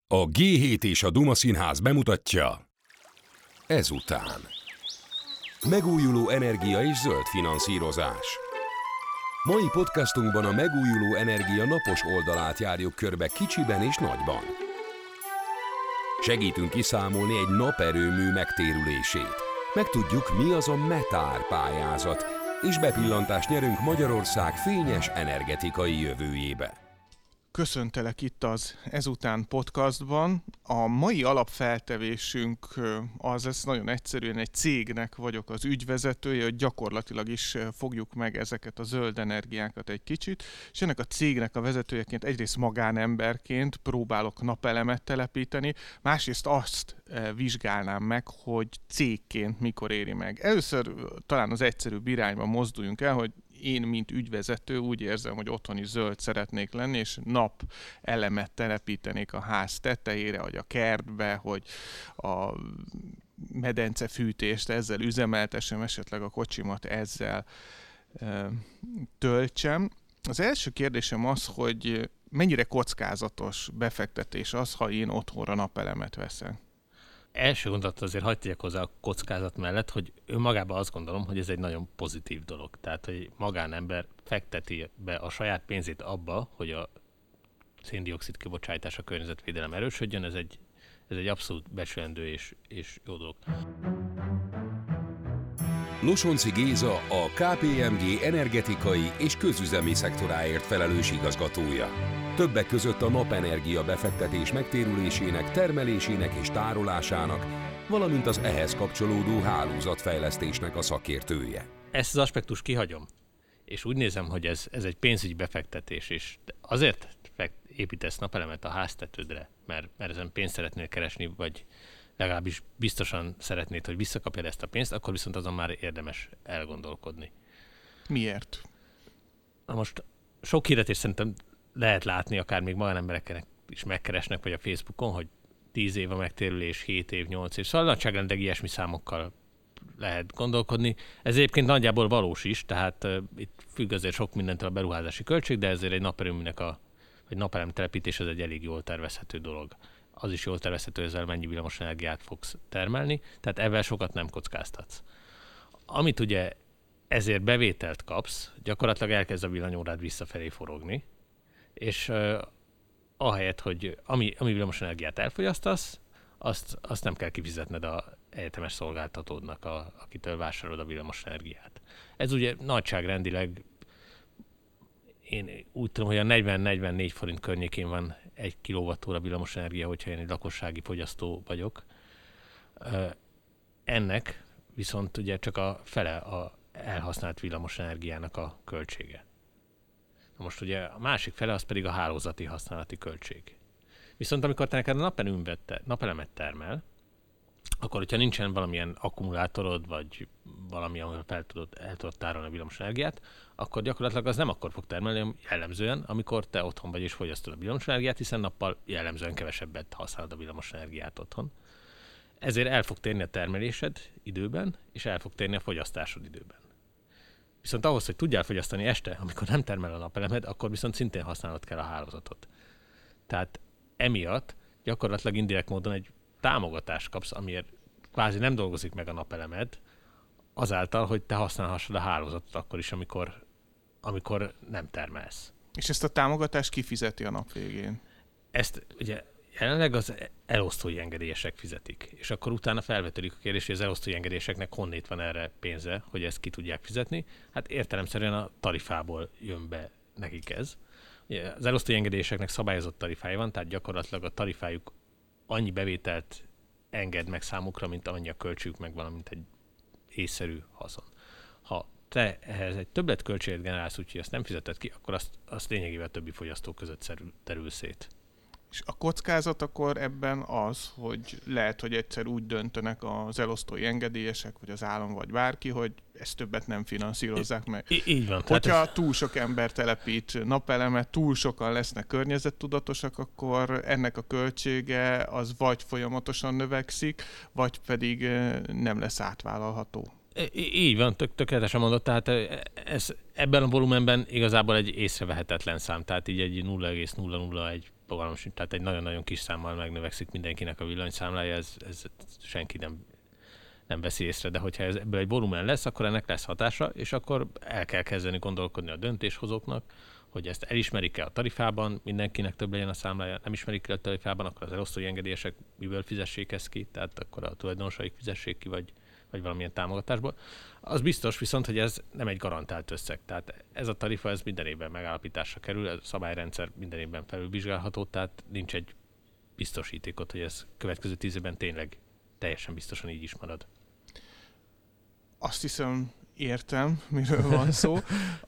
A G7 és a Duma Színház bemutatja Ezután. Megújuló energia és zöld finanszírozás. Mai podcastunkban a megújuló energia napos oldalát járjuk körbe kicsiben és nagyban. Segítünk kiszámolni egy naperőmű megtérülését. Megtudjuk, mi az a METÁR pályázat, és bepillantást nyerünk Magyarország fényes energetikai jövőjébe. Köszöntelek itt az Ezután podcastban. A mai alapfeltevésünk ez nagyon egyszerűen egy cégnek vagyok az ügyvezetője, hogy gyakorlatilag is fogjuk meg ezeket a zöld energiákat egy kicsit, és ennek a cégnek a vezetőjeként egyrészt magánemberként próbálok napelemet telepíteni, másrészt azt vizsgálnám meg, hogy cégként mikor éri meg. Először talán az egyszerűbb irányba mozduljunk el, hogy én, mint ügyvezető úgy érzem, hogy otthon is zöld szeretnék lenni, és napelemet telepítenék a ház tetejére, vagy a kertbe, hogy a medencefűtést ezzel üzemeltessem, esetleg a kocsimat ezzel töltsem. Az első kérdésem az, hogy mennyire kockázatos befektetés az, ha én otthonra napelemet veszek? Első gondolat azért hagyd tegyek hozzá a kockázat mellett, hogy önmagában azt gondolom, hogy ez egy nagyon pozitív dolog. Tehát, hogy magánember fekteti be a saját pénzét abba, hogy a szén-dioxid kibocsátás, a környezetvédelem erősödjön, ez egy abszolút becsülendő és jó dolog. Losonczy Géza a KPMG energetikai és közüzemi szektoráért felelős igazgatója. Többek között a napenergia befektetés megtérülésének, termelésének és tárolásának, valamint az ehhez kapcsolódó hálózatfejlesztésnek a szakértője. Ezt az aspektust kihagyom, és úgy nézem, hogy ez egy pénzügyi befektetés, és azért építesz napelemet a háztetődre, mert ezen pénzt szeretnél keresni, vagy legalábbis biztosan szeretnéd, hogy visszakapjad ezt a pénzt, akkor viszont azon már érdemes elgondolkodni. Miért? Na most sok hirdetés szerintem lehet látni, akár még magánembereknek is megkeresnek, vagy a Facebookon, hogy 10 év a megtérülés, 7 év, 8 év. Szóval nagyságrendileg ilyesmi számokkal lehet gondolkodni. Ez egyébként nagyjából valós is, tehát itt függ azért sok mindentől a beruházási költség, de ezért egy naperőműnek vagy napelem telepítés ez egy elég jól tervezhető dolog. Az is jól tervezhető, ezzel mennyi villamosenergiát fogsz termelni, tehát ebben sokat nem kockáztatsz. Amit ugye ezért bevételt kapsz, gyakorlatilag elkezd a villanyórád visszafelé forogni, és ahelyett, hogy ami villamosenergiát elfogyasztasz, azt nem kell kifizetned a egyetemes szolgáltatódnak, akitől vásárolod a villamosenergiát. Ez ugye nagyságrendileg, én úgy tudom, hogy a 40-44 forint környékén van 1 kWh villamosenergia, hogyha én egy lakossági fogyasztó vagyok. Ennek viszont ugye csak a fele a elhasznált villamosenergiának a költsége. Na most ugye a másik fele az pedig a hálózati használati költség. Viszont amikor te neked a napelemet termel, akkor hogyha nincsen valamilyen akkumulátorod, vagy valami, ahol el tudod tárolni a villamosenergiát, akkor gyakorlatilag az nem akkor fog termelni jellemzően, amikor te otthon vagy és fogyasztod a villamosenergiát, hiszen nappal jellemzően kevesebbet használod a villamosenergiát otthon. Ezért el fog térni a termelésed időben, és el fog térni a fogyasztásod időben. Viszont ahhoz, hogy tudjál fogyasztani este, amikor nem termel a napelemed, akkor viszont szintén használnod kell a hálózatot. Tehát emiatt gyakorlatilag indirekt módon egy támogatást kapsz, amiért kvázi nem dolgozik meg a napelemed, azáltal, hogy te használhassad a hálózatot akkor is, amikor nem termelsz. És ezt a támogatást kifizeti a nap végén? Ezt ugye jelenleg az elosztói engedélyesek fizetik, és akkor utána felvetődik a kérdés, hogy az elosztói engedélyeseknek honnét van erre pénze, hogy ezt ki tudják fizetni. Hát értelemszerűen a tarifából jön be nekik ez. Ugye az elosztói engedélyeseknek szabályozott tarifái van, tehát gyakorlatilag a tarifájuk annyi bevételt enged meg számukra, mint amennyi a költségük meg valamint egy észszerű haszon. Ha te ehhez egy többletköltséget generálsz, úgyhogy azt nem fizeted ki, akkor azt lényegében a többi fogyasztó között terül szét. És a kockázat akkor ebben az, hogy lehet, hogy egyszer úgy döntenek az elosztói engedélyesek, vagy az állam, vagy bárki, hogy ezt többet nem finanszírozzák meg. Így van. Hogyha túl sok ember telepít napelemet, túl sokan lesznek környezettudatosak, akkor ennek a költsége az vagy folyamatosan növekszik, vagy pedig nem lesz átvállalható. Így van, tökéletesen mondott, tehát ez ebben a volumenben igazából egy észrevehetetlen szám, tehát így egy 0,001 fogalmam sincs, tehát egy nagyon-nagyon kis számmal megnövekszik mindenkinek a villanyszámlája, ez senki nem veszi észre, de hogyha ebből egy volumen lesz, akkor ennek lesz hatása, és akkor el kell kezdeni gondolkodni a döntéshozóknak, hogy ezt elismerik-e a tarifában, mindenkinek több legyen a számlája, nem ismerik el a tarifában, akkor az elosztói engedélyesek miből fizessék ezt ki, tehát akkor a tulajdonosaik fizessék ki, vagy valamilyen támogatásból. Az biztos viszont, hogy ez nem egy garantált összeg. Tehát ez a tarifa, ez minden évben megállapításra kerül, ez a szabályrendszer minden évben felülvizsgálható, tehát nincs egy biztosítékot, hogy ez következő 10 évben tényleg teljesen biztosan így is marad. Azt hiszem, értem, miről van szó.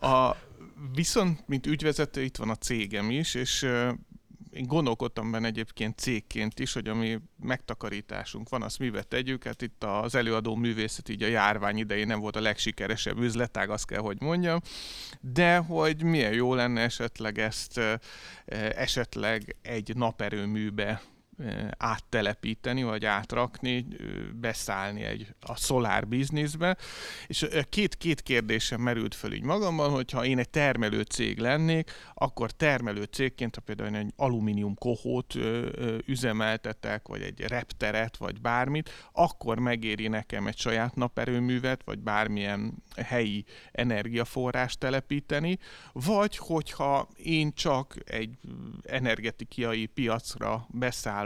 Viszont, mint ügyvezető, itt van a cégem is, és én gondolkodtam benne egyébként cégként is, hogy ami megtakarításunk van, azt mibe tegyük. Hát itt az előadó művészet így a járvány idején nem volt a legsikeresebb üzletág, azt kell, hogy mondjam, de hogy milyen jó lenne esetleg ezt esetleg egy naperőműbe áttelepíteni, vagy átrakni, beszállni a szolár bizniszbe. És két kérdésem merült föl így magamban, hogyha én egy termelő cég lennék, akkor termelő cégként, ha például egy alumínium kohót üzemeltetek, vagy egy repteret, vagy bármit, akkor megéri nekem egy saját naperőművet, vagy bármilyen helyi energiaforrást telepíteni, vagy hogyha én csak egy energetikai piacra beszálló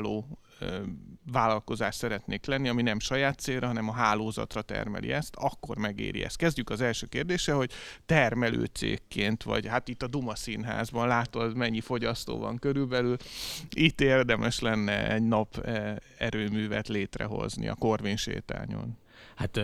vállalkozás szeretnék lenni, ami nem saját célra, hanem a hálózatra termeli ezt, akkor megéri ezt. Kezdjük az első kérdése, hogy termelő cégként, vagy hát itt a Duma Színházban látod, mennyi fogyasztó van körülbelül, itt érdemes lenne egy nap erőművet létrehozni a Korvin sétányon. Hát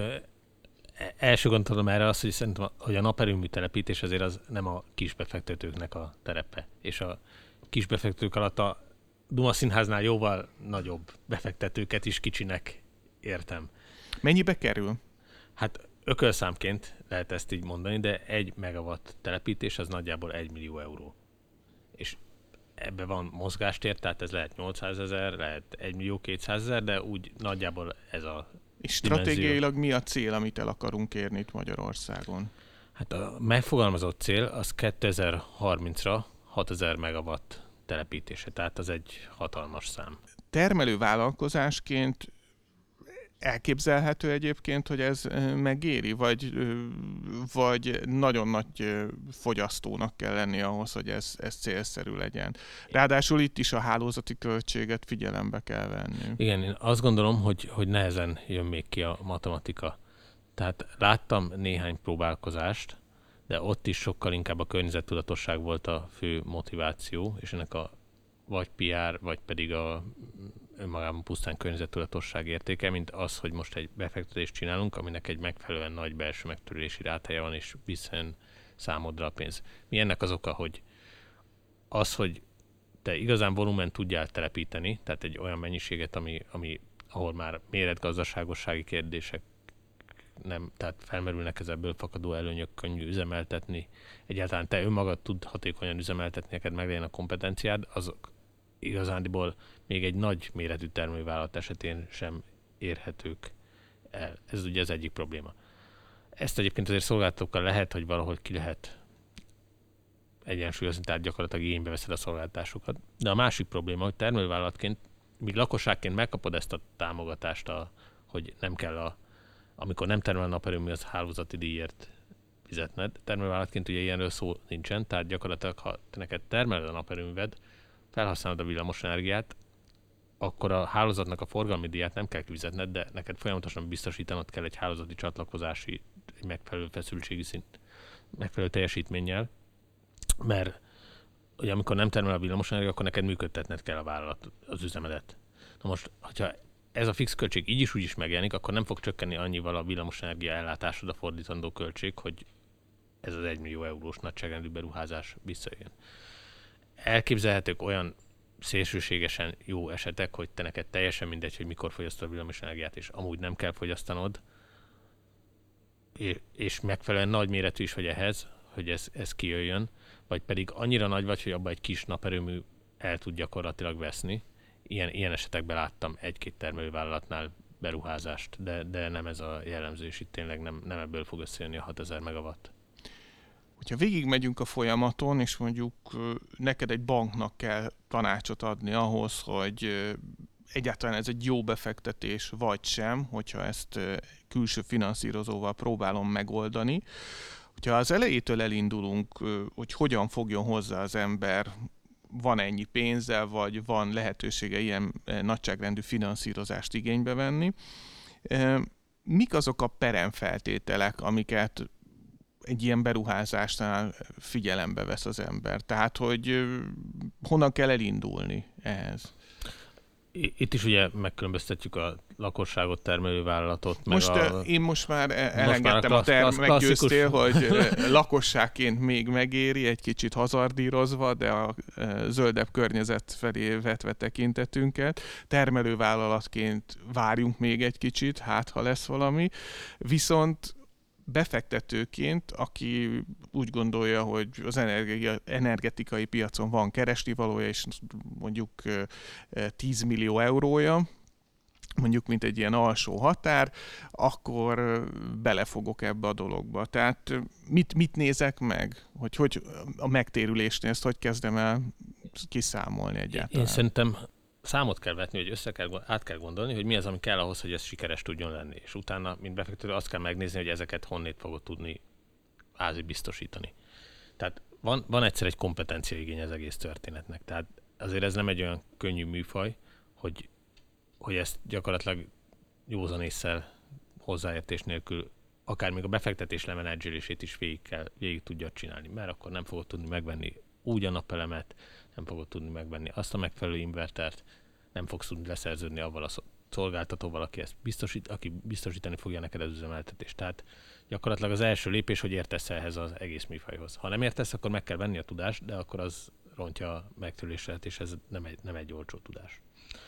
első gondolatom erre az, hogy szerintem, hogy a naperőmű telepítés azért az nem a kisbefektetőknek a terepe. És a kisbefektetők alatt a Duma Színháznál jóval nagyobb befektetőket is kicsinek értem. Mennyibe kerül? Hát ökölszámként lehet ezt így mondani, de 1 megawatt telepítés az nagyjából 1 millió euró. És ebbe van mozgástér, tehát ez lehet 800 000, lehet 1 millió 200 000, de úgy nagyjából ez a és stratégiailag mi a cél, amit el akarunk érni itt Magyarországon? Hát a megfogalmazott cél az 2030-ra 6000 megawatt telepítése, tehát az egy hatalmas szám. Termelő vállalkozásként elképzelhető egyébként, hogy ez megéri, vagy nagyon nagy fogyasztónak kell lenni ahhoz, hogy ez célszerű legyen. Ráadásul itt is a hálózati költséget figyelembe kell venni. Igen, én azt gondolom, hogy nehezen jön még ki a matematika. Tehát láttam néhány próbálkozást, de ott is sokkal inkább a környezettudatosság volt a fő motiváció, és ennek a vagy PR, vagy pedig a önmagában pusztán környezettudatosság értéke, mint az, hogy most egy befektetést csinálunk, aminek egy megfelelően nagy belső megtérülési rátája van, és visszajön számodra a pénz. Mi ennek az oka, hogy az, hogy te igazán volumen tudjál telepíteni, tehát egy olyan mennyiséget, ahol már méretgazdaságossági kérdések nem, tehát felmerülnek ebből fakadó előnyök, könnyű üzemeltetni. Egyáltalán te önmagad tud hatékonyan üzemeltetni, neked meglegyen a kompetenciád, azok igazándiból még egy nagy méretű termelővállalat esetén sem érhetők el. Ez ugye az egyik probléma. Ezt egyébként azért szolgáltatókkal lehet, hogy valahogy ki lehet egyensúlyozni, tehát gyakorlatilag igénybe veszed a szolgáltatásokat. De a másik probléma, hogy termelővállalatként, míg lakosságként megkapod ezt a támogatást, hogy nem kell amikor nem termel a naperőmű, az hálózati díjért fizetned. Termelővállalatként ugye ilyenről szó nincsen, tehát gyakorlatilag, ha te neked termeled a naperőműved, felhasználod a villamosenergiát, akkor a hálózatnak a forgalmi díját nem kell kifizetned, de neked folyamatosan biztosítanod kell egy hálózati csatlakozási, egy megfelelő feszültségi szint, megfelelő teljesítménnyel, mert ugye amikor nem termel a villamosenergia, akkor neked működtetned kell a vállalat, az üzemedet. Na most, hogyha ez a fix költség így is úgy is megjelenik, akkor nem fog csökkenni annyival a villamosenergia ellátásod a fordítandó költség, hogy ez az 1 millió eurós nagyságrendű beruházás visszajön. Elképzelhetők olyan szélsőségesen jó esetek, hogy te neked teljesen mindegy, hogy mikor fogyasztod a villamosenergiát, és amúgy nem kell fogyasztanod, és megfelelően nagy méretű is vagy ehhez, hogy ez kijöjjön, vagy pedig annyira nagy vagy, hogy abban egy kis naperőmű el tud gyakorlatilag veszni. Ilyen esetekben láttam egy-két termelővállalatnál beruházást, de nem ez a jellemző, és itt tényleg nem ebből fog összejönni a 6000 megawatt. Hogyha végigmegyünk a folyamaton, és mondjuk neked egy banknak kell tanácsot adni ahhoz, hogy egyáltalán ez egy jó befektetés vagy sem, hogyha ezt külső finanszírozóval próbálom megoldani. Hogyha az elejétől elindulunk, hogy hogyan fogjon hozzá az ember, van ennyi pénze, vagy van lehetősége ilyen nagyságrendű finanszírozást igénybe venni, mik azok a peremfeltételek, amiket egy ilyen beruházásnál figyelembe vesz az ember? Tehát, hogy honnan kell elindulni ehhez? Itt is ugye megkülönböztetjük a lakosságot, termelővállalatot. Én most már elengedtem meggyőztél, hogy lakosságként még megéri, egy kicsit hazardírozva, de a zöldebb környezet felé vetve tekintetünket. Termelővállalatként várjunk még egy kicsit, hát ha lesz valami. Viszont befektetőként, aki úgy gondolja, hogy az energetikai piacon van keresnivalója, és mondjuk 10 millió eurója, mondjuk mint egy ilyen alsó határ, akkor belefogok ebbe a dologba. Tehát mit nézek meg? Hogy a megtérülésnél ezt hogy kezdem el kiszámolni egyáltalán? Én szerintem számot kell vetni, hogy át kell gondolni, hogy mi az, ami kell ahhoz, hogy ez sikeres tudjon lenni. És utána, mint befektető, azt kell megnézni, hogy ezeket honnét fogod tudni biztosítani. Tehát van egyszer egy kompetenciaigény az egész történetnek. Tehát azért ez nem egy olyan könnyű műfaj, hogy ezt gyakorlatilag józan ésszel, hozzáértés nélkül, akár még a befektetés lemenedzselését is végig tudja csinálni, mert akkor nem fogod tudni megvenni úgy a napelemet, nem fogod tudni megvenni azt a megfelelő invertert, nem fogsz tudni leszerződni avval a szolgáltatóval, aki biztosítani fogja neked az üzemeltetést. Tehát gyakorlatilag az első lépés, hogy értesz ehhez az egész műfajhoz. Ha nem értesz, akkor meg kell venni a tudást, de akkor az rontja a megtérülésre, és ez nem egy olcsó tudás.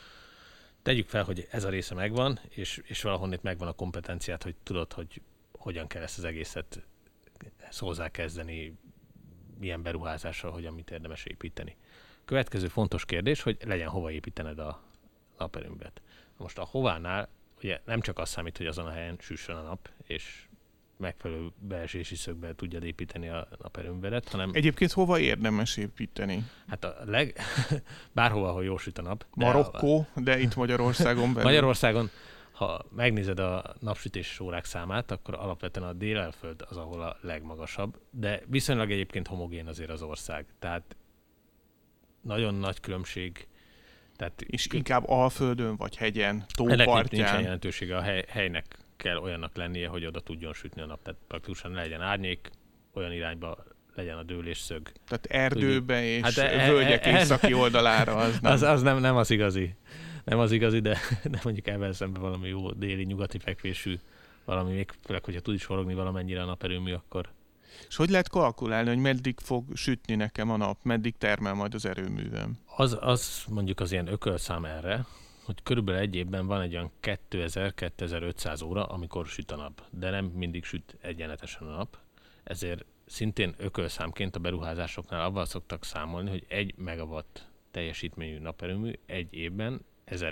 Tegyük fel, hogy ez a része megvan, és valahonnét megvan a kompetenciát, hogy tudod, hogy hogyan kell ezt az egészet hozzákezdeni, milyen beruházással, hogyan mit érdemes építeni. Következő fontos kérdés, hogy legyen hova építened a naperőművet. Most a hovánál ugye nem csak az számít, hogy azon a helyen süssön a nap, és megfelelő beesési szögbe tudjad építeni a naperőművedet, hanem... Egyébként hova érdemes építeni? Hát bárhova, ahol jól süt a nap. Marokkó, de itt Magyarországon belül. Magyarországon, ha megnézed a napsütéses órák számát, akkor alapvetően a Dél-Alföld az, ahol a legmagasabb, de viszonylag egyébként homogén azért az ország. Tehát nagyon nagy különbség. És inkább Alföldön, vagy hegyen, ennek tópartján? Nincsen jelentősége, a helynek kell olyannak lennie, hogy oda tudjon sütni a nap. Tehát praktikusan legyen árnyék, olyan irányba legyen a dőlésszög. Tehát erdőbe és völgyek északi oldalára az nem. Az nem az igazi. Nem az igazi, de mondjuk ebben szemben valami jó déli, nyugati fekvésű, valami még, főleg, hogyha tud is forogni valamennyire a naperőmű, akkor... És hogy lehet kalkulálni, hogy meddig fog sütni nekem a nap, meddig termel majd az erőművem? Az mondjuk az ilyen ökölszám erre, hogy körülbelül egy évben van egy olyan 2000-2500 óra, amikor süt a nap, de nem mindig süt egyenletesen a nap, ezért szintén ökölszámként a beruházásoknál avval szoktak számolni, hogy 1 megawatt teljesítményű naperőmű egy évben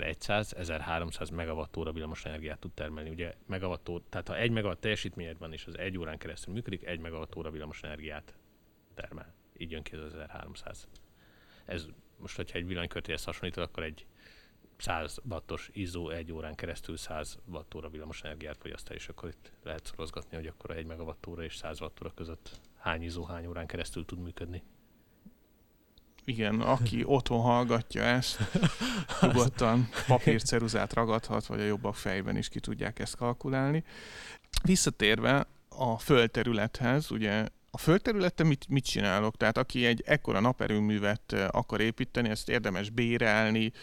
1100-1300 megawattóra villamosenergiát tud termelni. Ugye tehát ha 1 megawatt teljesítményed van, és az 1 órán keresztül működik, 1 megawattóra villamosenergiát termel. Így jön ki az 1300. Ez most, hogyha egy villanykörtéhez hasonlítod, akkor egy 100 wattos izzó 1 órán keresztül 100 wattóra villamosenergiát fogyaszt el, és akkor itt lehet szorozgatni, hogy akkor 1 megawattóra és 100 wattóra között hány izzó hány órán keresztül tud működni. Igen, aki otthon hallgatja ezt, nyugodtan papírceruzát ragadhat, vagy a jobbak fejben is ki tudják ezt kalkulálni. Visszatérve a földterülethez, ugye a földterületen mit csinálok? Tehát aki egy ekkora naperőművet akar építeni, ezt érdemes bérelni,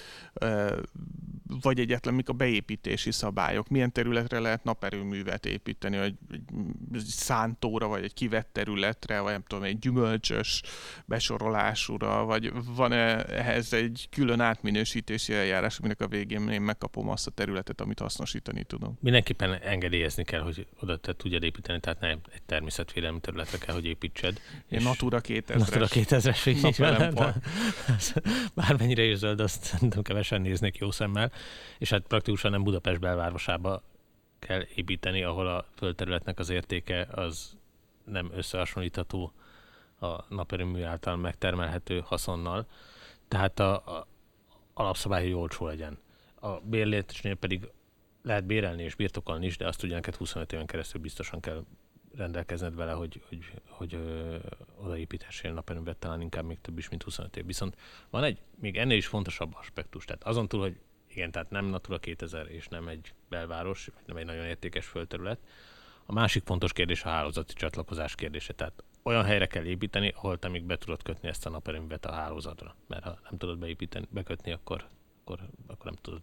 vagy egyáltalán mik a beépítési szabályok? Milyen területre lehet naperőművet építeni? Egy szántóra, vagy egy kivett területre, vagy nem tudom, egy gyümölcsös besorolásúra, vagy van-e ehhez egy külön átminősítési eljárás, aminek a végén én megkapom azt a területet, amit hasznosítani tudom? Mindenképpen engedélyezni kell, hogy oda te tudjad építeni, tehát nem egy természetvédelmi területre kell, hogy építsed. És Natura 2000-es. Natura 2000-es, bármennyire is zöld, azt szerintem kevesen néznek jó szemmel, és hát praktikusan nem Budapest belvárosába kell építeni, ahol a földterületnek az értéke az nem összehasonlítható a naperőmű által megtermelhető haszonnal, tehát a alapszabály, hogy olcsó legyen. A bérletésnél pedig lehet bérelni és birtokolni is, de azt ugye neked 25 éven keresztül biztosan kell rendelkezned vele, hogy odaépíthessél naperőművet, talán inkább még több is, mint 25 év. Viszont van egy még ennél is fontosabb aspektus, tehát azon túl, hogy igen, tehát nem Natura 2000 és nem egy belváros, vagy nem egy nagyon értékes földterület. A másik fontos kérdés a hálózati csatlakozás kérdése. Tehát olyan helyre kell építeni, ahol te még be tudod kötni ezt a naperőművet a hálózatra. Mert ha nem tudod bekötni, akkor nem tudod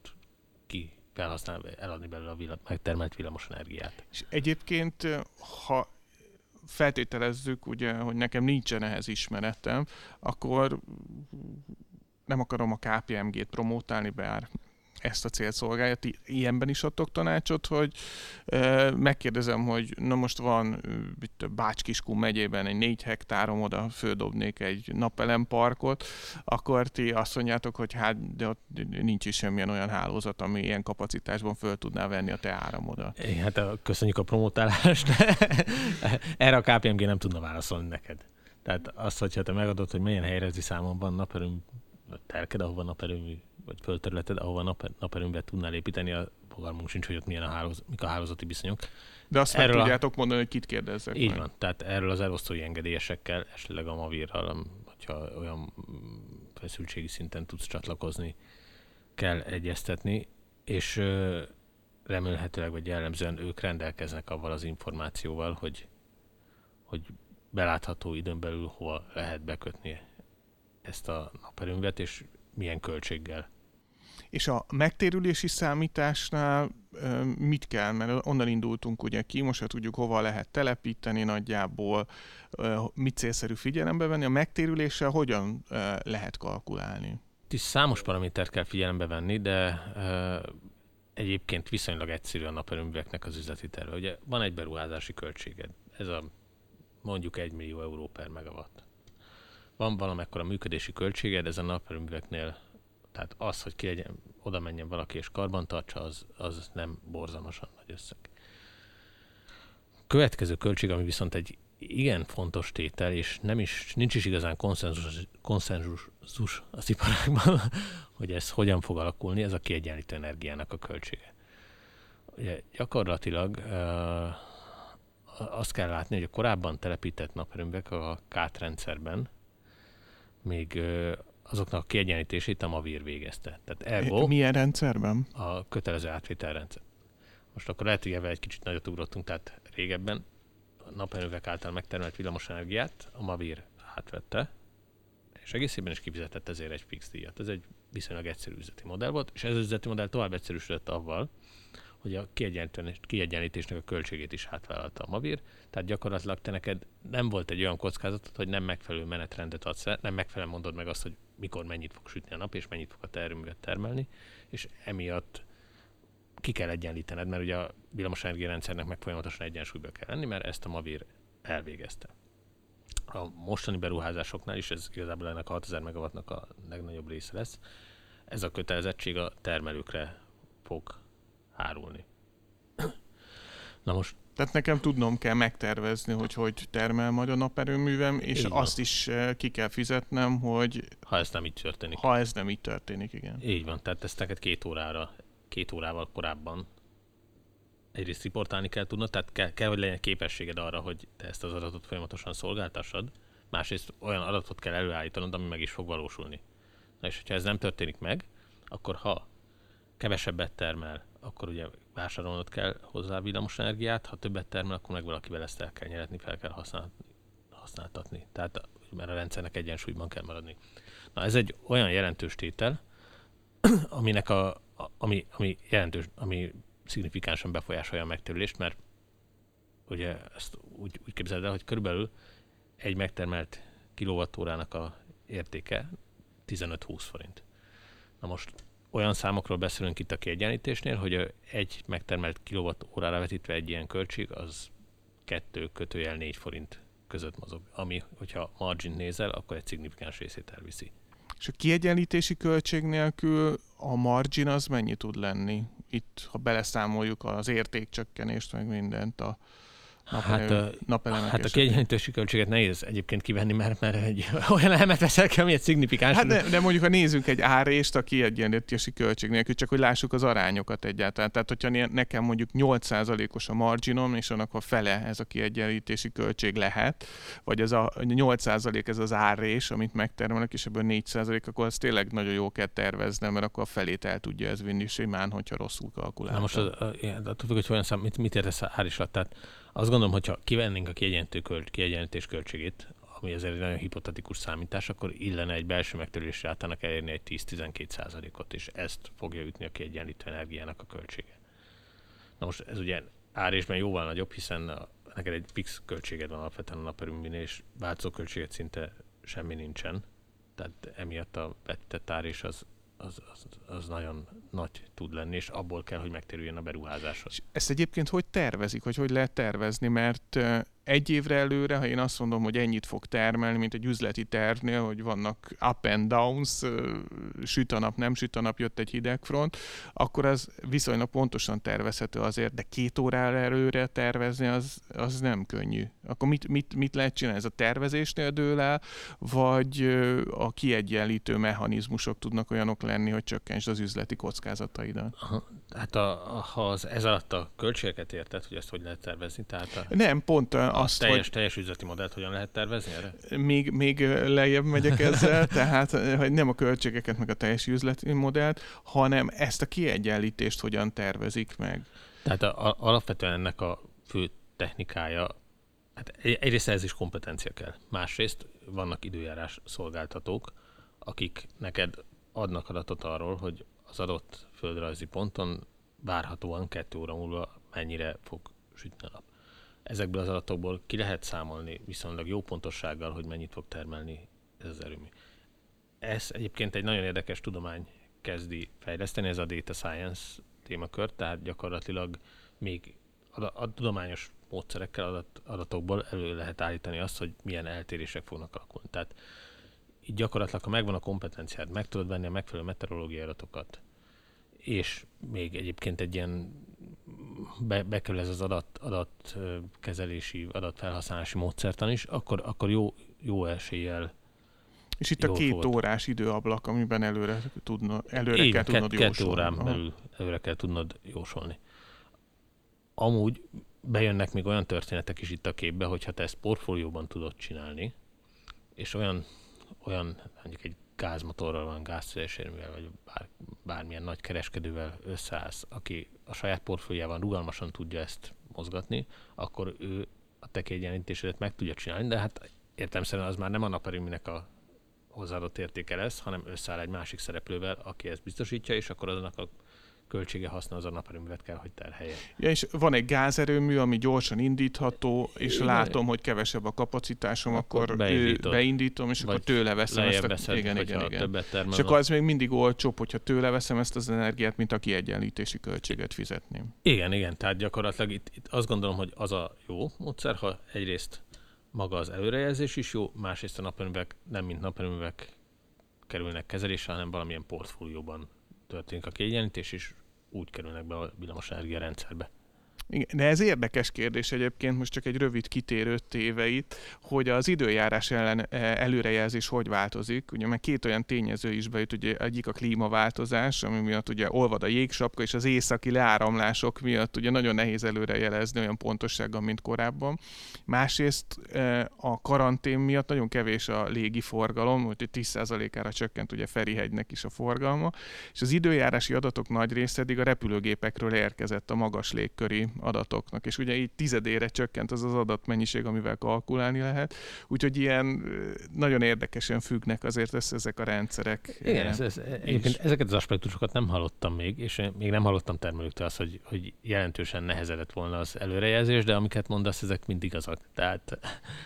eladni belőle a megtermelt villamos energiát. És egyébként, ha feltételezzük, ugye, hogy nekem nincsen ehhez ismeretem, akkor nem akarom a KPMG-t promótálni, bár ezt a célt szolgálja. Ti ilyenben is adtok tanácsot, hogy megkérdezem, hogy na most van Bács-Kiskun megyében egy 4 hektárom, oda földobnék egy napelemparkot, akkor ti azt mondjátok, hogy hát de ott nincs is semmilyen olyan hálózat, ami ilyen kapacitásban föl tudná venni a te áramodat. Hát köszönjük a promótálást. Erre a KPMG nem tudna válaszolni neked. Tehát azt, hogyha te megadod, hogy milyen helyrezi számon van naperőmű, vagy telked, ahova naperőmű, vagy földterületed, ahova naperőművet tudnál építeni, a fogalmunk sincs, hogy ott mik a hálózati viszonyok. De azt meg tudjátok mondani, hogy kit kérdezzek. Így van, tehát erről az elosztói engedélyesekkel, esetleg a Mavirral, hogyha olyan feszültségi szinten tudsz csatlakozni, kell egyeztetni, és remélhetőleg, vagy jellemzően ők rendelkeznek avval az információval, hogy belátható időn belül hova lehet bekötni ezt a naperőművet, és milyen költséggel. És a megtérülési számításnál mit kell? Mert onnan indultunk ugye ki, most ha tudjuk, hova lehet telepíteni nagyjából, mit célszerű figyelembe venni. A megtérüléssel hogyan lehet kalkulálni? Itt számos paramétert kell figyelembe venni, de egyébként viszonylag egyszerű a naperőműveknek az üzleti terve. Ugye van egy beruházási költséged, ez a mondjuk 1 millió euró per megawatt. Van valamekkora működési költséged, ez a naperőműveknél, tehát az, hogy oda menjen valaki és karbantartsa, az nem borzalmasan nagy összeg. Következő költség, ami viszont egy igen fontos tétel, és nincs is igazán konszenzus az iparágban, hogy ez hogyan fog alakulni, ez a kiegyenlítő energiának a költsége. Ugye gyakorlatilag azt kell látni, hogy a korábban telepített naperőművek a KÁT rendszerben még azoknak a kiegyenlítését a Mavir végezte. Tehát ergo, milyen rendszerben? A kötelező átvételrendszer. Most akkor lehet, hogy ebben egy kicsit nagyot ugrottunk, tehát régebben a naperőművek által megtermelt villamosenergiát a Mavir átvette, és egészében is kifizetett ezért egy fix díjat. Ez egy viszonylag egyszerű üzleti modell volt, és ez az üzleti modell tovább egyszerűsödött avval, hogy a kiegyenlítésnek a költségét is átvállalta a Mavir, tehát gyakorlatilag te neked nem volt egy olyan kockázatod, hogy nem megfelelő menetrendet adsz el, nem megfelelően mondod meg azt, hogy mikor mennyit fog sütni a nap, és mennyit fog a te erőművet termelni, és emiatt ki kell egyenlítened, mert ugye a villamosenergia rendszernek meg folyamatosan egyensúlyba kell lenni, mert ezt a Mavir elvégezte. A mostani beruházásoknál is ez igazából ennek a 6000 megawattnak a legnagyobb része lesz. Ez a kötelezettség a termelőkre fog hárulni. Na most... Tehát nekem tudnom kell megtervezni, hogy termel majd a naperőművem, és azt is ki kell fizetnem, hogy... Ha ez nem így történik. Ha ez nem így történik, igen. Így van, tehát ezt neked 2 órával korábban egyrészt riportálni kell tudnod, tehát kell, hogy legyen képességed arra, hogy te ezt az adatot folyamatosan szolgáltassad, másrészt olyan adatot kell előállítanod, ami meg is fog valósulni. Na és hogyha ez nem történik meg, akkor ha kevesebbet termel, akkor ugye vásárolnod kell hozzá villamosenergiát, ha többet termel, akkor meg valakivel ezt el kell nyeretni, fel kell használtatni. Tehát mert a rendszernek egyensúlyban kell maradni. Na ez egy olyan jelentős tétel, aminek ami jelentős, ami szignifikánsan befolyásolja a megtérülést, mert ugye ezt úgy képzeld el, hogy körülbelül egy megtermelt kilowattórának a értéke 15-20 forint. Na most olyan számokról beszélünk itt a kiegyenlítésnél, hogy egy megtermelt kilowattórára vetítve egy ilyen költség, az 2-4 forint között mozog, ami, hogyha margin nézel, akkor egy szignifikáns részét elviszi. És a kiegyenlítési költség nélkül a margin az mennyi tud lenni? Itt, ha beleszámoljuk az értékcsökkenést, meg mindent, napelemek Hát a kiegyenlítési költséget nehéz egyébként kivenni, mert egy olyan elemet veszel ki, ami egy szignifikáns. Hát de mondjuk, ha nézzünk egy árést a kiegyenlítési költség nélkül, csak hogy lássuk az arányokat egyáltalán. Tehát, hogyha nekem mondjuk 8%-os a marginom, és annak a fele ez a kiegyenlítési költség lehet, vagy ez a 8% ez az árrés, amit megtermelek, és ebből 4%, akkor azt tényleg nagyon jól kell terveznem, mert akkor a felét el tudja ez vinni simán, hogyha rosszul kalkuláltam. Na most attól függ, hogy olyan mit értesz árés alatt. Tehát azt gondolom, hogyha kivennénk a kiegyenlítés költségét, ami azért egy nagyon hipotetikus számítás, akkor illene egy belső megtérülési rátának elérni egy 10-12%-ot, és ezt fogja ütni a kiegyenlítő energiának a költsége. Na most ez ugye árésben jóval nagyobb, hiszen neked egy fix költséged van alapvetően a naperőműnél, és változó költséged szinte semmi nincsen. Tehát emiatt a vetített árés az nagyon nagy tud lenni, és abból kell, hogy megtérüljön a beruházáshoz. Ezt egyébként hogy tervezik, hogy lehet tervezni, mert egy évre előre, ha én azt mondom, hogy ennyit fog termelni, mint egy üzleti tervnél, hogy vannak up and downs, süt a nap, nem süt a nap, jött egy hidegfront, akkor az viszonylag pontosan tervezhető azért, de 2 órára előre tervezni az nem könnyű. Akkor mit lehet csinálni? Ez a tervezésnél dől el, vagy a kiegyenlítő mechanizmusok tudnak olyanok lenni, hogy csökkentsd az üzleti kockázataidat? Hát ha ez alatt a költségeket érted, hogy ezt hogy lehet tervezni? Tehát nem, pont azt, teljes üzleti modellt hogyan lehet tervezni erre? Még lejjebb megyek ezzel, tehát hogy nem a költségeket, meg a teljes üzleti modellt, hanem ezt a kiegyenlítést hogyan tervezik meg. Tehát alapvetően ennek a fő technikája, hát egyrészt ez is kompetencia kell. Másrészt vannak időjárás szolgáltatók, akik neked adnak adatot arról, hogy az adott földrajzi ponton várhatóan 2 óra múlva mennyire fog sütni a nap. Ezekből az adatokból ki lehet számolni viszonylag jó pontossággal, hogy mennyit fog termelni ez az erőmű. Ez egyébként egy nagyon érdekes tudomány kezdi fejleszteni, ez a data science témakör, tehát gyakorlatilag még a tudományos módszerekkel, adatokból elő lehet állítani azt, hogy milyen eltérések fognak alakulni. Tehát így gyakorlatilag, ha megvan a kompetenciád, meg tudod venni a megfelelő meteorológiai adatokat, és még egyébként egy ilyen bekerül ez az adatkezelési, adatfelhasználási módszertan is, akkor jó eséllyel. És itt a 2 órás időablak, amiben előre kell tudnod jósolni. 2 órán belül előre kell tudnod jósolni. Amúgy bejönnek még olyan történetek is itt a képbe, hogyha te ezt portfólióban tudod csinálni, és olyan mondjuk egy gázmotorral van, gázszerelésérművel, vagy bármilyen nagy kereskedővel összeállsz, aki a saját portfóliójában rugalmasan tudja ezt mozgatni, akkor ő a te kiegyenlítésedet meg tudja csinálni, de hát értelemszerűen az már nem a naperőműnek a hozzáadott értéke lesz, hanem összeáll egy másik szereplővel, aki ezt biztosítja, és akkor azonnak a költsége haszna az a naperőművet kell, hogy terhelje. Ja, és van egy gázerőmű, ami gyorsan indítható, és látom, hogy kevesebb a kapacitásom, akkor beindítom, és akkor tőle veszem ezt a... Igen. És akkor az még mindig olcsóbb, hogyha tőle veszem ezt az energiát, mint a kiegyenlítési költséget fizetném. Igen, tehát gyakorlatilag itt azt gondolom, hogy az a jó módszer, ha egyrészt maga az előrejelzés is jó, másrészt a naperőművek nem mint naperőművek kerülnek kezelésre, hanem valamilyen portfólióban történik a kiegyenlítés, és úgy kerülnek be a villamosenergia rendszerbe. Igen, de ez érdekes kérdés egyébként, most csak egy rövid kitérőt téve itt, hogy az időjárás ellen előrejelzés hogy változik. Ugye meg 2 olyan tényező is bejut, ugye egyik a klímaváltozás, ami miatt ugye olvad a jégsapka, és az északi leáramlások miatt ugye nagyon nehéz előrejelezni olyan pontossággal, mint korábban. Másrészt a karantén miatt nagyon kevés a légi forgalom, hogy 10%-ára csökkent ugye Ferihegynek is a forgalma, és az időjárási adatok nagy része eddig a repülőgépekről érkezett a magas légköri adatoknak, és ugye így 10-ére csökkent az adatmennyiség, amivel kalkulálni lehet, úgyhogy ilyen nagyon érdekesen függnek azért ezek a rendszerek. Igen, ezeket az aspektusokat nem hallottam még, és még nem hallottam termelőktől azt, hogy jelentősen nehezedett volna az előrejelzés, de amiket mondasz, ezek mind igazak. Tehát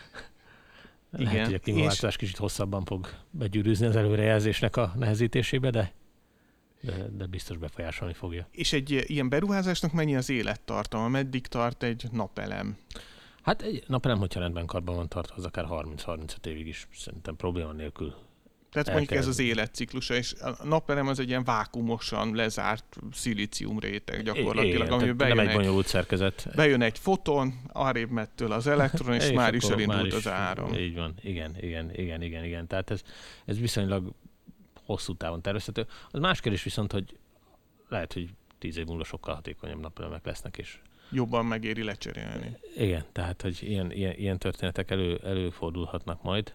lehet, hogy a klímaváltozás kicsit hosszabban fog begyűrűzni az előrejelzésnek a nehezítésébe, de biztos befolyásolni fogja. És egy ilyen beruházásnak mennyi az élettartama? Meddig tart egy napelem? Hát egy napelem, hogyha rendben karban van tartva, az akár 30-35 évig is szerintem probléma nélkül Tehát mondjuk ez az életciklusa, és a napelem az egy ilyen vákumosan lezárt szilícium réteg gyakorlatilag, amiben bejön egy foton, arrébb megy tőle az elektron, és már is elindult az áram. Így van, igen. Tehát ez viszonylag hosszú távon tervezhető. Az más kérdés viszont, hogy lehet, hogy 10 év múlva sokkal hatékonyabb napelemek lesznek, és jobban megéri lecserélni. Igen, tehát, hogy ilyen történetek előfordulhatnak majd.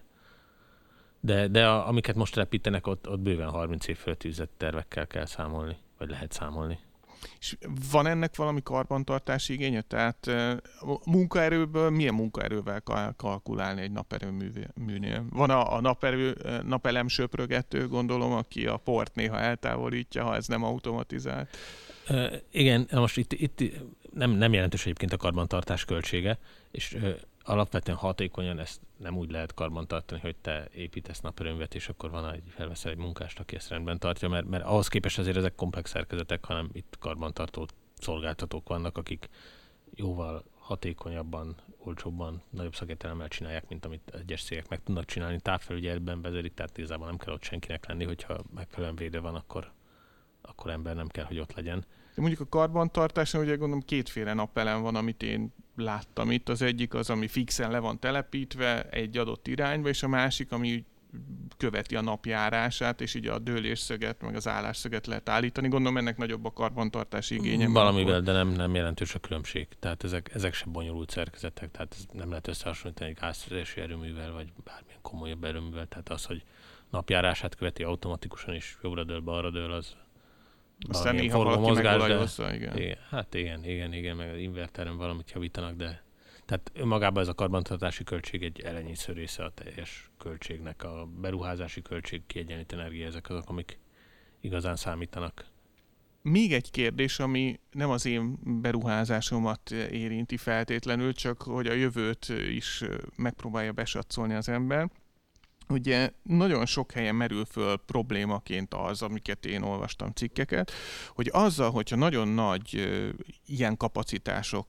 De amiket most repítenek, ott bőven 30 év fölött üzlet tervekkel kell számolni, vagy lehet számolni. És van ennek valami karbantartási igénye? Tehát munkaerőből milyen munkaerővel kalkulálni egy naperőműnél? Van a napelem söprögető, gondolom, aki a port néha eltávolítja, ha ez nem automatizált. Igen, most itt nem jelentős egyébként a karbantartás költsége, és alapvetően hatékonyan ezt nem úgy lehet karbantartani, hogy te építesz naperőművet, és akkor felveszel egy munkást, aki ezt rendben tartja, mert ahhoz képest azért ezek komplex szerkezetek, hanem itt karbantartó szolgáltatók vannak, akik jóval hatékonyabban, olcsóbban, nagyobb szakértelemmel csinálják, mint amit egyes cégek meg tudnak csinálni. Távfelügyeletben vezelik, tehát igazából nem kell ott senkinek lenni, hogyha megfelelően védve van, akkor ember nem kell, hogy ott legyen. De mondjuk a karbantartásnál ugye gondolom kétféle napelem van, amit én láttam itt. Az egyik az, ami fixen le van telepítve egy adott irányba, és a másik, ami követi a napjárását, és így a dőlésszöget, meg az állásszöget lehet állítani. Gondolom ennek nagyobb a karbantartási igénye. Valamivel, de nem jelentős a különbség. Tehát ezek sem bonyolult szerkezetek, tehát ez nem lehet összehasonlítani egy gázszerzési erőművel, vagy bármilyen komolyabb erőművel. Tehát az, hogy napjárását követi automatikusan, is jobbra dől, balra dől, az aztán néha valaki megolajozza, igen. Hát igen, meg az inverteren valamit javítanak, de tehát önmagában ez a karbantartási költség egy elenyésző része a teljes költségnek. A beruházási költség, kiegyenlít energia, ezek azok, amik igazán számítanak. Még egy kérdés, ami nem az én beruházásomat érinti feltétlenül, csak hogy a jövőt is megpróbálja besatszolni az ember. Ugye nagyon sok helyen merül föl problémaként az, amiket én olvastam cikkeket, hogy azzal, hogyha nagyon nagy ilyen kapacitások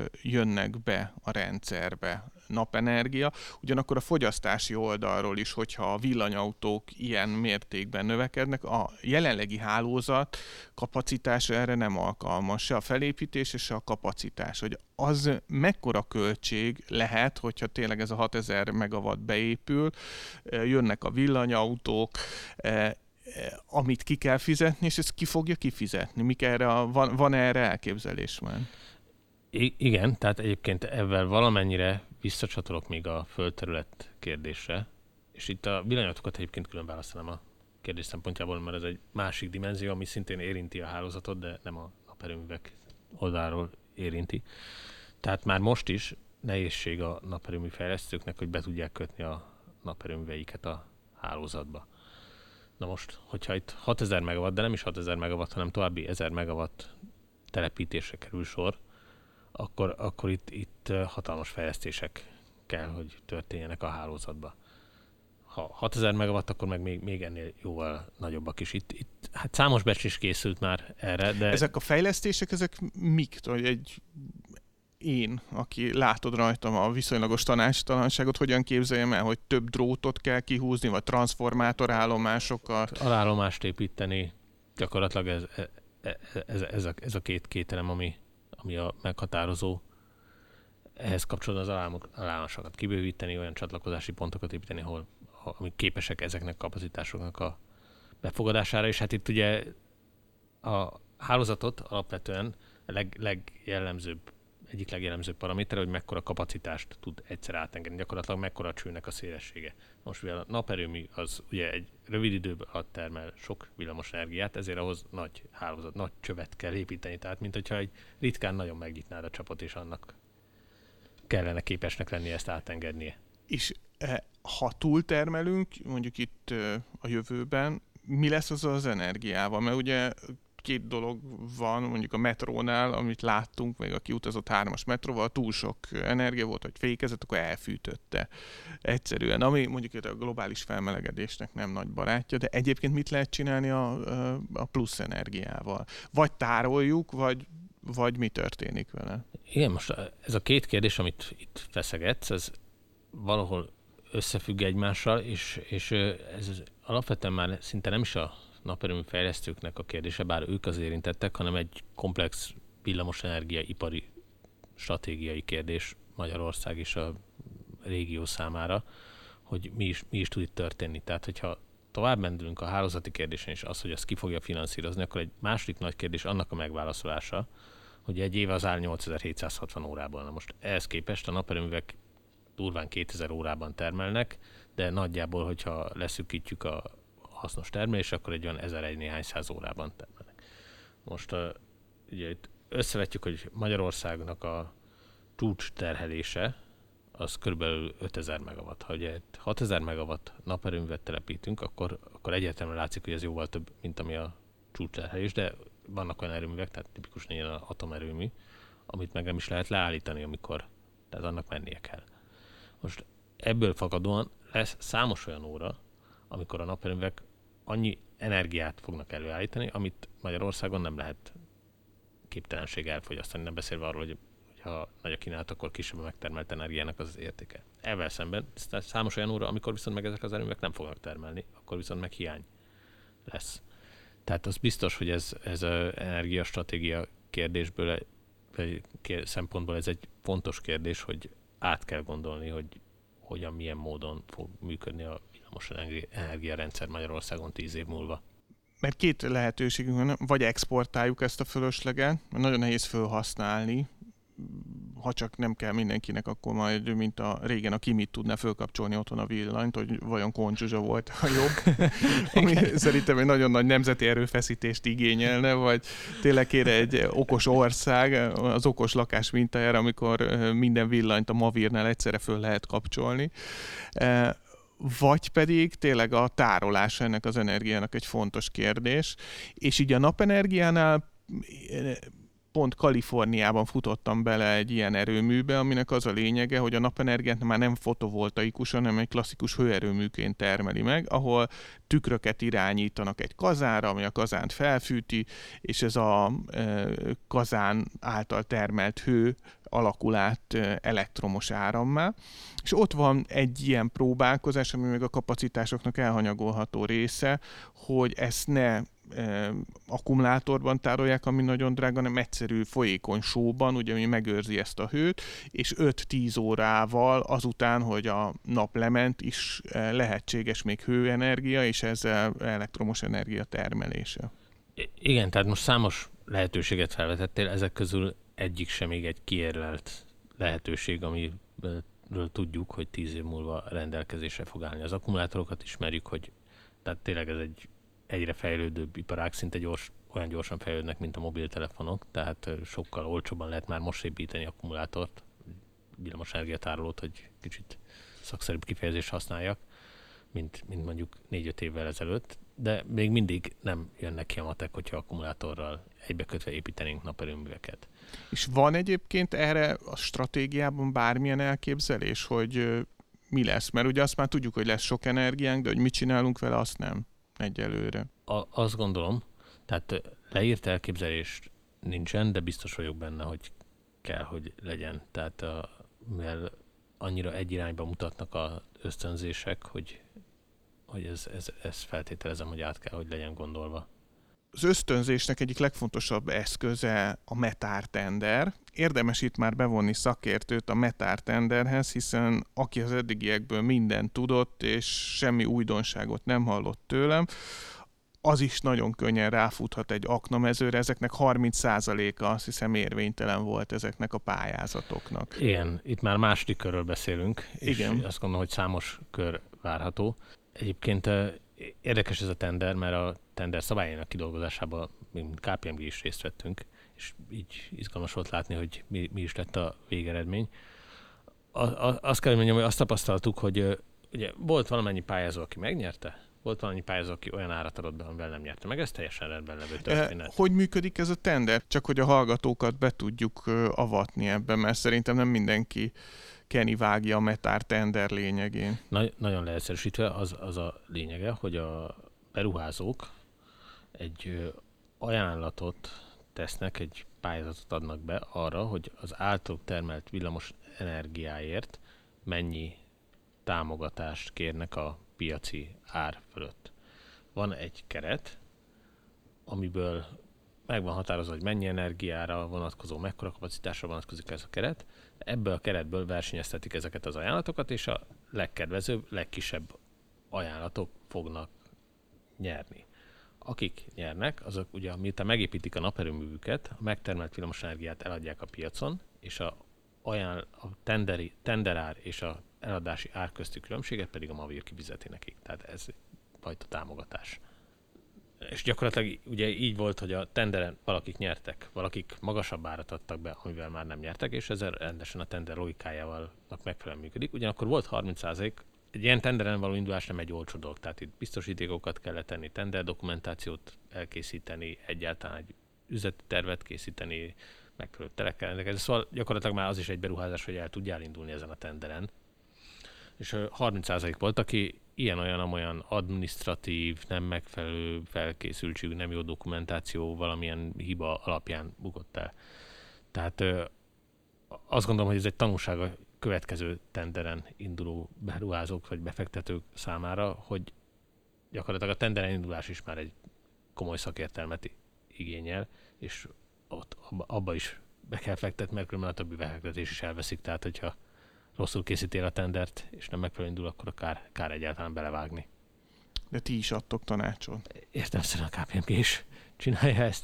jönnek be a rendszerbe, napenergia, ugyanakkor a fogyasztási oldalról is, hogyha a villanyautók ilyen mértékben növekednek, a jelenlegi hálózat kapacitása erre nem alkalmas, se a felépítés, se a kapacitás, hogy az mekkora költség lehet, hogyha tényleg ez a 6000 megawatt beépül, jönnek a villanyautók, amit ki kell fizetni, és ezt ki fogja kifizetni? Van erre elképzelés már? Igen, tehát egyébként ebben valamennyire visszacsatolok még a földterület kérdésre, és itt a villanyautókat egyébként külön választanám a kérdés szempontjából, mert ez egy másik dimenzió, ami szintén érinti a hálózatot, de nem a naperőművek oldaláról érinti. Tehát már most is nehézség a naperőmű fejlesztőknek, hogy be tudják kötni a naperőműveiket a hálózatba. Na most, hogyha itt 6000 megawatt, de nem is 6000 megawatt, hanem további 1000 megawatt telepítésre kerül sor, akkor itt hatalmas fejlesztések kell, hogy történjenek a hálózatba. Ha 6000 megawatt, akkor meg még ennél jóval nagyobbak is. Itt hát számos becslés készült már erre, de... Ezek a fejlesztések, ezek mik? Én, aki látod rajtam a viszonylagos tanácstalanságot, hogyan képzeljem el, hogy több drótot kell kihúzni, vagy transformátorállomásokat? Alállomást építeni, gyakorlatilag ez a két elem, ami a meghatározó. Ehhez kapcsolatban az állomásokat kibővíteni, olyan csatlakozási pontokat építeni, amik képesek ezeknek a kapacitásoknak a befogadására, és hát itt ugye a hálózatot alapvetően egyik legjellemzőbb paraméter, hogy mekkora kapacitást tud egyszer átengedni, gyakorlatilag mekkora a csőnek a szélessége. Most mivel a naperőmű az ugye egy rövid időben termel sok villamos energiát, ezért ahhoz nagy hálózat, nagy csövet kell építeni, tehát mint hogyha egy ritkán nagyon megnyitnád a csapot, és annak kellene képesnek lenni ezt átengednie. És ha túltermelünk, mondjuk itt a jövőben, mi lesz az energiával? Mert ugye két dolog van, mondjuk a metrónál, amit láttunk, még aki utazott 3-as metróval, túl sok energia volt, hogy fékezett, akkor elfűtötte. Egyszerűen, ami mondjuk a globális felmelegedésnek nem nagy barátja, de egyébként mit lehet csinálni a plusz energiával? Vagy tároljuk, vagy mi történik vele? Igen, most ez a két kérdés, amit itt feszegetsz, ez valahol összefügg egymással, és ez alapvetően már szinte nem is a naperőmű fejlesztőknek a kérdése, bár ők az érintettek, hanem egy komplex villamosenergia ipari stratégiai kérdés Magyarország és a régió számára, hogy mi is tud itt történni. Tehát, hogyha tovább mendülünk a hálózati kérdésen is, az, hogy ezt ki fogja finanszírozni, akkor egy második nagy kérdés annak a megválaszolása, hogy egy év az áll 8760 órában. Na most ehhez képest a naperőművek durván 2000 órában termelnek, de nagyjából, hogyha leszűkítjük a hasznos termelés, akkor egy olyan 1001 néhány száz órában termelnek. Most ugye itt összevetjük, hogy Magyarországnak a csúcs terhelése az kb. 5000 megawatt. Ha ugye 6000 megawatt naperőművet telepítünk, akkor egyértelműen látszik, hogy ez jóval több, mint ami a csúcs terhelés, de vannak olyan erőművek, tehát tipikusan ilyen atomerőmű, amit meg nem is lehet leállítani, tehát annak mennie kell. Most ebből fakadóan lesz számos olyan óra, amikor a naperőművek annyi energiát fognak előállítani, amit Magyarországon nem lehet képtelenség elfogyasztani, nem beszélve arról, hogy ha nagy a kínálat, akkor kisebb a megtermelt energiának az értéke. Ezzel szemben számos olyan óra, amikor viszont meg ezek az erőművek nem fognak termelni, akkor viszont meg hiány lesz. Tehát az biztos, hogy ez az energiastratégia kérdésből, szempontból ez egy fontos kérdés, hogy át kell gondolni, hogy hogyan, milyen módon fog működni a villamos energiarendszer Magyarországon 10 év múlva. Mert két lehetőségünk van, vagy exportáljuk ezt a fölösleget, mert nagyon nehéz felhasználni, ha csak nem kell mindenkinek, akkor majd, mint a régen a Kimit tudná fölkapcsolni otthon a villanyt, hogy vajon Koncsuzsa volt a jobb, ami szerintem egy nagyon nagy nemzeti erőfeszítést igényelne, vagy tényleg kéne egy okos ország, az okos lakás mintájára, amikor minden villanyt a Mavirnál egyszerre föl lehet kapcsolni. Vagy pedig tényleg a tárolása ennek az energiának egy fontos kérdés, és így a napenergiánál pont Kaliforniában futottam bele egy ilyen erőműbe, aminek az a lényege, hogy a napenergiát már nem fotovoltaikusan, hanem egy klasszikus hőerőműként termeli meg, ahol tükröket irányítanak egy kazánra, ami a kazánt felfűti, és ez a kazán által termelt hő alakul át elektromos árammá. És ott van egy ilyen próbálkozás, ami még a kapacitásoknak elhanyagolható része, hogy ezt ne akkumulátorban tárolják, ami nagyon drága, hanem egyszerű folyékony sóban, ugye, ami megőrzi ezt a hőt, és 5-10 órával azután, hogy a nap lement, is lehetséges még hőenergia, és ezzel elektromos energia termelése. Igen, tehát most számos lehetőséget felvetettél, ezek közül egyik sem még egy kiérlelt lehetőség, amiről tudjuk, hogy 10 év múlva rendelkezésre fog állni. Az akkumulátorokat ismerjük, hogy tehát tényleg ez egy egyre fejlődőbb iparág, szinte olyan gyorsan fejlődnek, mint a mobiltelefonok, tehát sokkal olcsóbban lehet már most építeni akkumulátort, villamos energiatárolót, hogy kicsit szakszerűbb kifejezést használjak, mint mondjuk 4-5 évvel ezelőtt, de még mindig nem jönnek ki a matek, hogyha akkumulátorral egybekötve építenénk naperőműveket. És van egyébként erre a stratégiában bármilyen elképzelés, hogy mi lesz? Mert ugye azt már tudjuk, hogy lesz sok energiánk, de hogy mit csinálunk vele, azt nem egyelőre. Azt gondolom, tehát leírt elképzelés nincsen, de biztos vagyok benne, hogy kell, hogy legyen. Tehát mivel annyira egy irányba mutatnak az ösztönzések, hogy ez feltételezem, hogy át kell, hogy legyen gondolva. Az ösztönzésnek egyik legfontosabb eszköze a metártender. Érdemes itt már bevonni szakértőt a metártenderhez, hiszen aki az eddigiekből mindent tudott, és semmi újdonságot nem hallott tőlem, az is nagyon könnyen ráfuthat egy aknamezőre. Ezeknek 30%-a azt hiszem érvénytelen volt ezeknek a pályázatoknak. Igen, itt már második körről beszélünk, és igen. Azt gondolom, hogy számos kör várható. Egyébként érdekes ez a tender, mert a tender szabályának kidolgozásában mint KPMG is részt vettünk, és így izgalmas volt látni, hogy mi is lett a végeredmény. Azt kell mondjam, hogy azt tapasztaltuk, hogy ugye volt valamennyi pályázó, aki megnyerte, volt valamennyi pályázó, aki olyan árat adott be, amivel nem nyerte meg, ez teljesen rendben levő történet. Hogy működik ez a tender? Csak hogy a hallgatókat be tudjuk avatni ebben, mert szerintem nem mindenki vágja a metártender lényegén. Nagyon leegyszerűsítve az a lényege, hogy a beruházók egy ajánlatot tesznek, egy pályázatot adnak be arra, hogy az általuk termelt villamos energiáért mennyi támogatást kérnek a piaci ár fölött. van egy keret, amiből meg van határozva, hogy mennyi energiára vonatkozó, mekkora kapacitásra vonatkozik ez a keret. Ebből a keretből versenyeztetik ezeket az ajánlatokat, és a legkedvezőbb, legkisebb ajánlatok fognak nyerni. Akik nyernek, azok ugye miután megépítik a naperőművüket, a megtermelt villamosenergiát eladják a piacon, és a tenderár és a eladási ár közti különbséget pedig a Mavir kifizeti nekik. Tehát ez fajta támogatás. És gyakorlatilag ugye így volt, hogy a tenderen valakik nyertek, valakik magasabb árat adtak be, amivel már nem nyertek, és ez rendesen a tender logikájával megfelelően működik. Ugyanakkor volt 30%, egy ilyen tenderen való indulás nem egy olcsó dolog, tehát itt biztosítékokat kellett tenni, tender dokumentációt elkészíteni, egyáltalán egy üzleti tervet készíteni, megfelelő telekkel rendelkezni. Szóval gyakorlatilag már az is egy beruházás, hogy el tudjál indulni ezen a tenderen. És 30% volt, aki ilyen-olyan adminisztratív, nem megfelelő felkészültségű, nem jó dokumentáció, valamilyen hiba alapján bukott el. Tehát azt gondolom, hogy ez egy tanulság a következő tenderen induló beruházók vagy befektetők számára, hogy gyakorlatilag a tenderen indulás is már egy komoly szakértelmet igényel, és ott abba is be kell fektetni, mert különben a többi befektetés is elveszik. Tehát, hogyha rosszul készítél a tendert, és nem megfelelően indul, akkor kár egyáltalán belevágni. De ti is adtok tanácsot. Értelemszerűen a KPMG is csinálja ezt,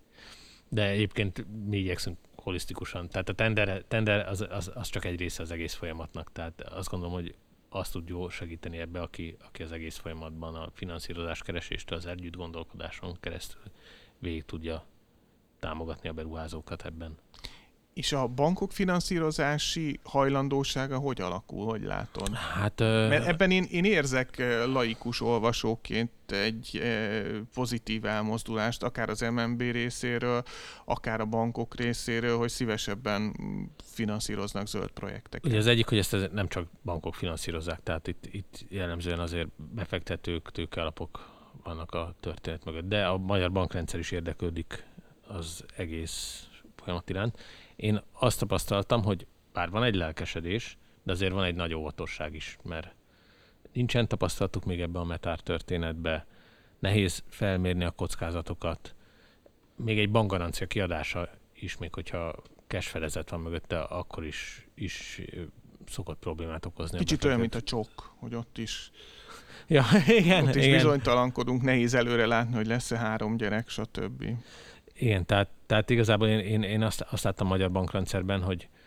de egyébként mi igyekszünk holisztikusan. Tehát a tender az csak egy része az egész folyamatnak. Tehát azt gondolom, hogy azt tud jól segíteni ebbe, aki az egész folyamatban a finanszírozás kereséstől az együtt gondolkodáson keresztül végig tudja támogatni a beruházókat ebben. És a bankok finanszírozási hajlandósága hogy alakul, hogy látod? Hát, mert ebben én érzek laikus olvasóként egy pozitív elmozdulást, akár az MNB részéről, akár a bankok részéről, hogy szívesebben finanszíroznak zöld projekteket. Ugye az egyik, hogy ezt nem csak bankok finanszírozzák, tehát itt jellemzően azért befektetők, tőkealapok vannak a történet mögött, de a magyar bankrendszer is érdeklődik az egész folyamat iránt. Én azt tapasztaltam, hogy bár van egy lelkesedés, de azért van egy nagy óvatosság is, mert nincsen tapasztalatuk még ebben a Metár történetben, nehéz felmérni a kockázatokat, még egy bankgarancia kiadása is, még hogyha cash fedezet van mögötte, akkor is szokott problémát okozni. Kicsit olyan, mint a csok, hogy ott is, ja, igen, ott is igen. Bizonytalankodunk, nehéz előre látni, hogy lesz-e 3 gyerek, stb. Igen, tehát igazából én azt láttam a magyar bankrendszerben,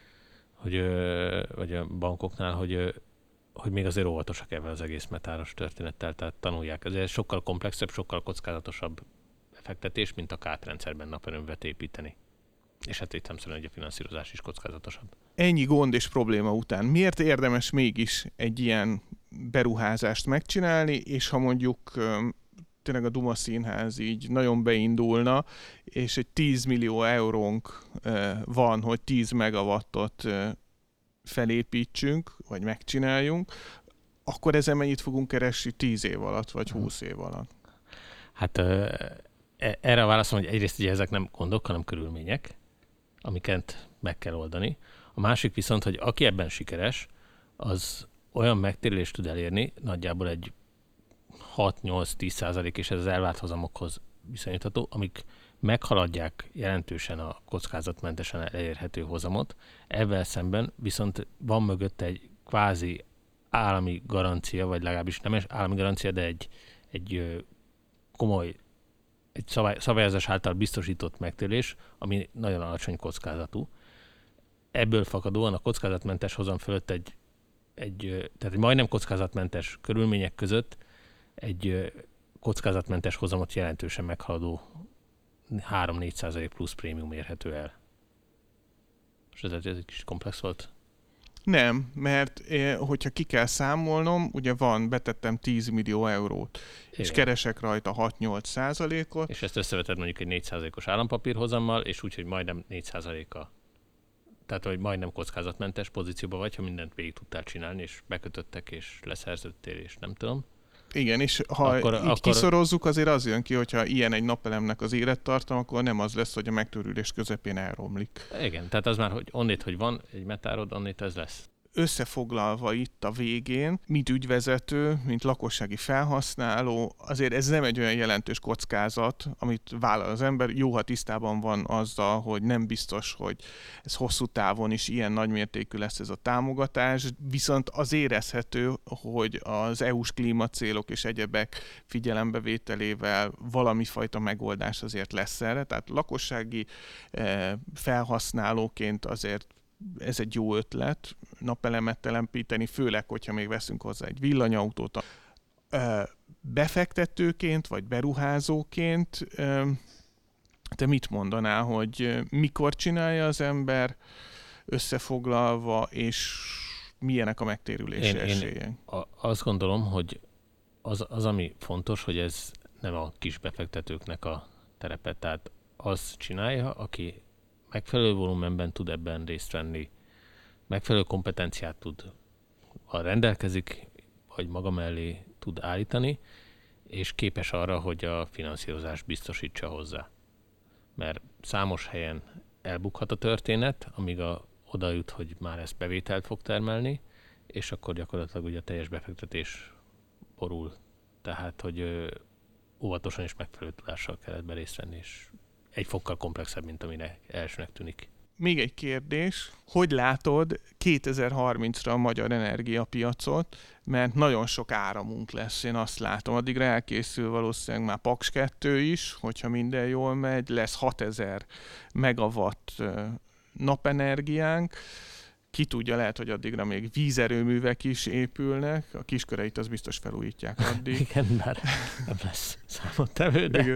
vagy a bankoknál, hogy még azért óvatosak ebben az egész metáros történettel, tehát tanulják. Ez sokkal komplexebb, sokkal kockázatosabb befektetés, mint a kátrendszerben naperőművet építeni. És hát itt szemszerűen, hogy a finanszírozás is kockázatosabb. Ennyi gond és probléma után miért érdemes mégis egy ilyen beruházást megcsinálni, és ha mondjuk tényleg a Duma Színház így nagyon beindulna, és egy 10 millió eurónk van, hogy 10 megawattot felépítsünk, vagy megcsináljunk, akkor ezen mennyit fogunk keresni 10 év alatt, vagy 20 év alatt? Hát erre a válaszom, hogy egyrészt ugye ezek nem gondok, hanem körülmények, amiket meg kell oldani. A másik viszont, hogy aki ebben sikeres, az olyan megtérülést tud elérni, nagyjából egy 6-8-10%, és ez az elvárt hozamokhoz viszonyítható, amik meghaladják jelentősen a kockázatmentesen elérhető hozamot. Ezzel szemben viszont van mögött egy kvázi állami garancia, vagy legalábbis nem állami garancia, de egy komoly, egy szabályozás által biztosított megtérülés, ami nagyon alacsony kockázatú. Ebből fakadóan a kockázatmentes hozam fölött tehát egy majdnem kockázatmentes körülmények között egy kockázatmentes hozamot jelentősen meghaladó 3-4% plusz prémium érhető el. És ez egy kis komplex volt? Nem, mert hogyha ki kell számolnom, ugye betettem 10 millió eurót, igen, és keresek rajta 6-8%-ot. És ezt összeveted mondjuk egy 4%-os állampapírhozammal, és úgy, hogy majdnem 4%-a. Tehát, hogy majdnem kockázatmentes pozícióban vagy, ha mindent végig tudtál csinálni, és bekötöttek, és leszerződtél, és nem tudom. Igen, és ha akkor kiszorozzuk, azért az jön ki, hogyha ilyen egy napelemnek az élettartam, akkor nem az lesz, hogy a megtörülés közepén elromlik. Igen, tehát az már, hogy onnét, hogy van egy metárod, onnét ez lesz. összefoglalva itt a végén, mint ügyvezető, mint lakossági felhasználó, azért ez nem egy olyan jelentős kockázat, amit vállal az ember. Jó, ha tisztában van azzal, hogy nem biztos, hogy ez hosszú távon is ilyen nagymértékű lesz ez a támogatás, viszont az érezhető, hogy az EU-s klímacélok és egyebek figyelembevételével valami fajta megoldás azért lesz erre. Tehát lakossági felhasználóként azért ez egy jó ötlet, napelemet telepíteni, főleg, hogyha még veszünk hozzá egy villanyautót. Befektetőként, vagy beruházóként te mit mondanál, hogy mikor csinálja az ember összefoglalva, és milyenek a megtérülési esélye? Azt gondolom, hogy az, ami fontos, hogy ez nem a kis befektetőknek a terepe, tehát az csinálja, aki megfelelő volumenben tud ebben részt venni, megfelelő kompetenciát tud, ha rendelkezik, vagy maga mellé tud állítani, és képes arra, hogy a finanszírozást biztosítsa hozzá. Mert számos helyen elbukhat a történet, amíg oda jut, hogy már ezt bevételt fog termelni, és akkor gyakorlatilag ugye a teljes befektetés borul. Tehát, hogy óvatosan és megfelelő tudással kell ebben részt venni, és egy fokkal komplexebb, mint amire elsőnek tűnik. Még egy kérdés, hogy látod 2030-ra a magyar energiapiacot, mert nagyon sok áramunk lesz, én azt látom. Addigra elkészül valószínűleg már Paks 2 is, hogyha minden jól megy, lesz 6000 megawatt napenergiánk, ki tudja, lehet, hogy addigra még vízerőművek is épülnek, a Kisköreit az biztos felújítják addig. Igen, már nem lesz számottevő, de...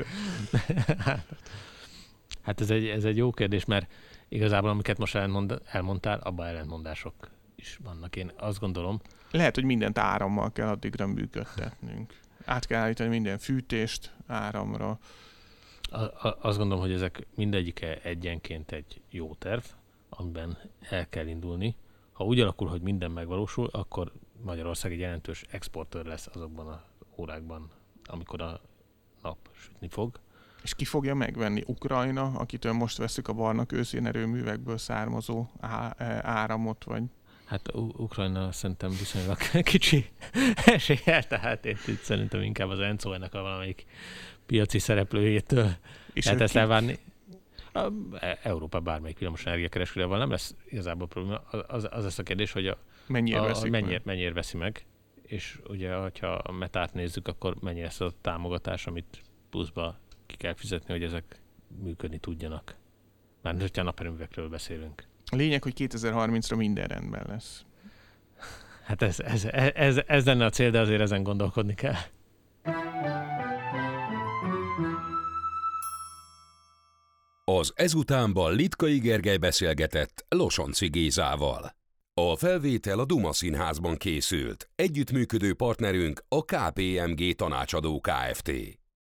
Hát ez egy jó kérdés, mert igazából amiket most elmondtál, abban ellentmondások is vannak. Én azt gondolom... Lehet, hogy mindent árammal kell addigra működtetnünk. Át kell állítani minden fűtést áramra. Azt gondolom, hogy ezek mindegyike egyenként egy jó terv, amiben el kell indulni. Ha úgy alakul, hogy minden megvalósul, akkor Magyarország egy jelentős exportőr lesz azokban az órákban, amikor a nap sütni fog. És ki fogja megvenni? Ukrajna, akitől most veszük a barna kőszénerőművekből származó áramot, vagy... Hát Ukrajna szerintem viszonylag kicsi eséllyel, tehát itt szerintem inkább az ENCO-nek a valamelyik piaci szereplőjétől lehet ezt elvárni. Európa bármelyik villamos energiakereskedővel nem lesz igazából probléma. Az lesz a kérdés, hogy mennyire veszi meg, és ugye, hogyha a metát nézzük, akkor mennyi lesz a támogatás, amit pluszba ki kell fizetni, hogy ezek működni tudjanak. Már hogyha a naperőművekről beszélünk. A lényeg, hogy 2030-ra minden rendben lesz. Hát ez lenne a cél, de azért ezen gondolkodni kell. Az ezutánban Litkai Gergely beszélgetett Losonczy Gézával. A felvétel a Duma Színházban készült. Együttműködő partnerünk a KPMG Tanácsadó Kft.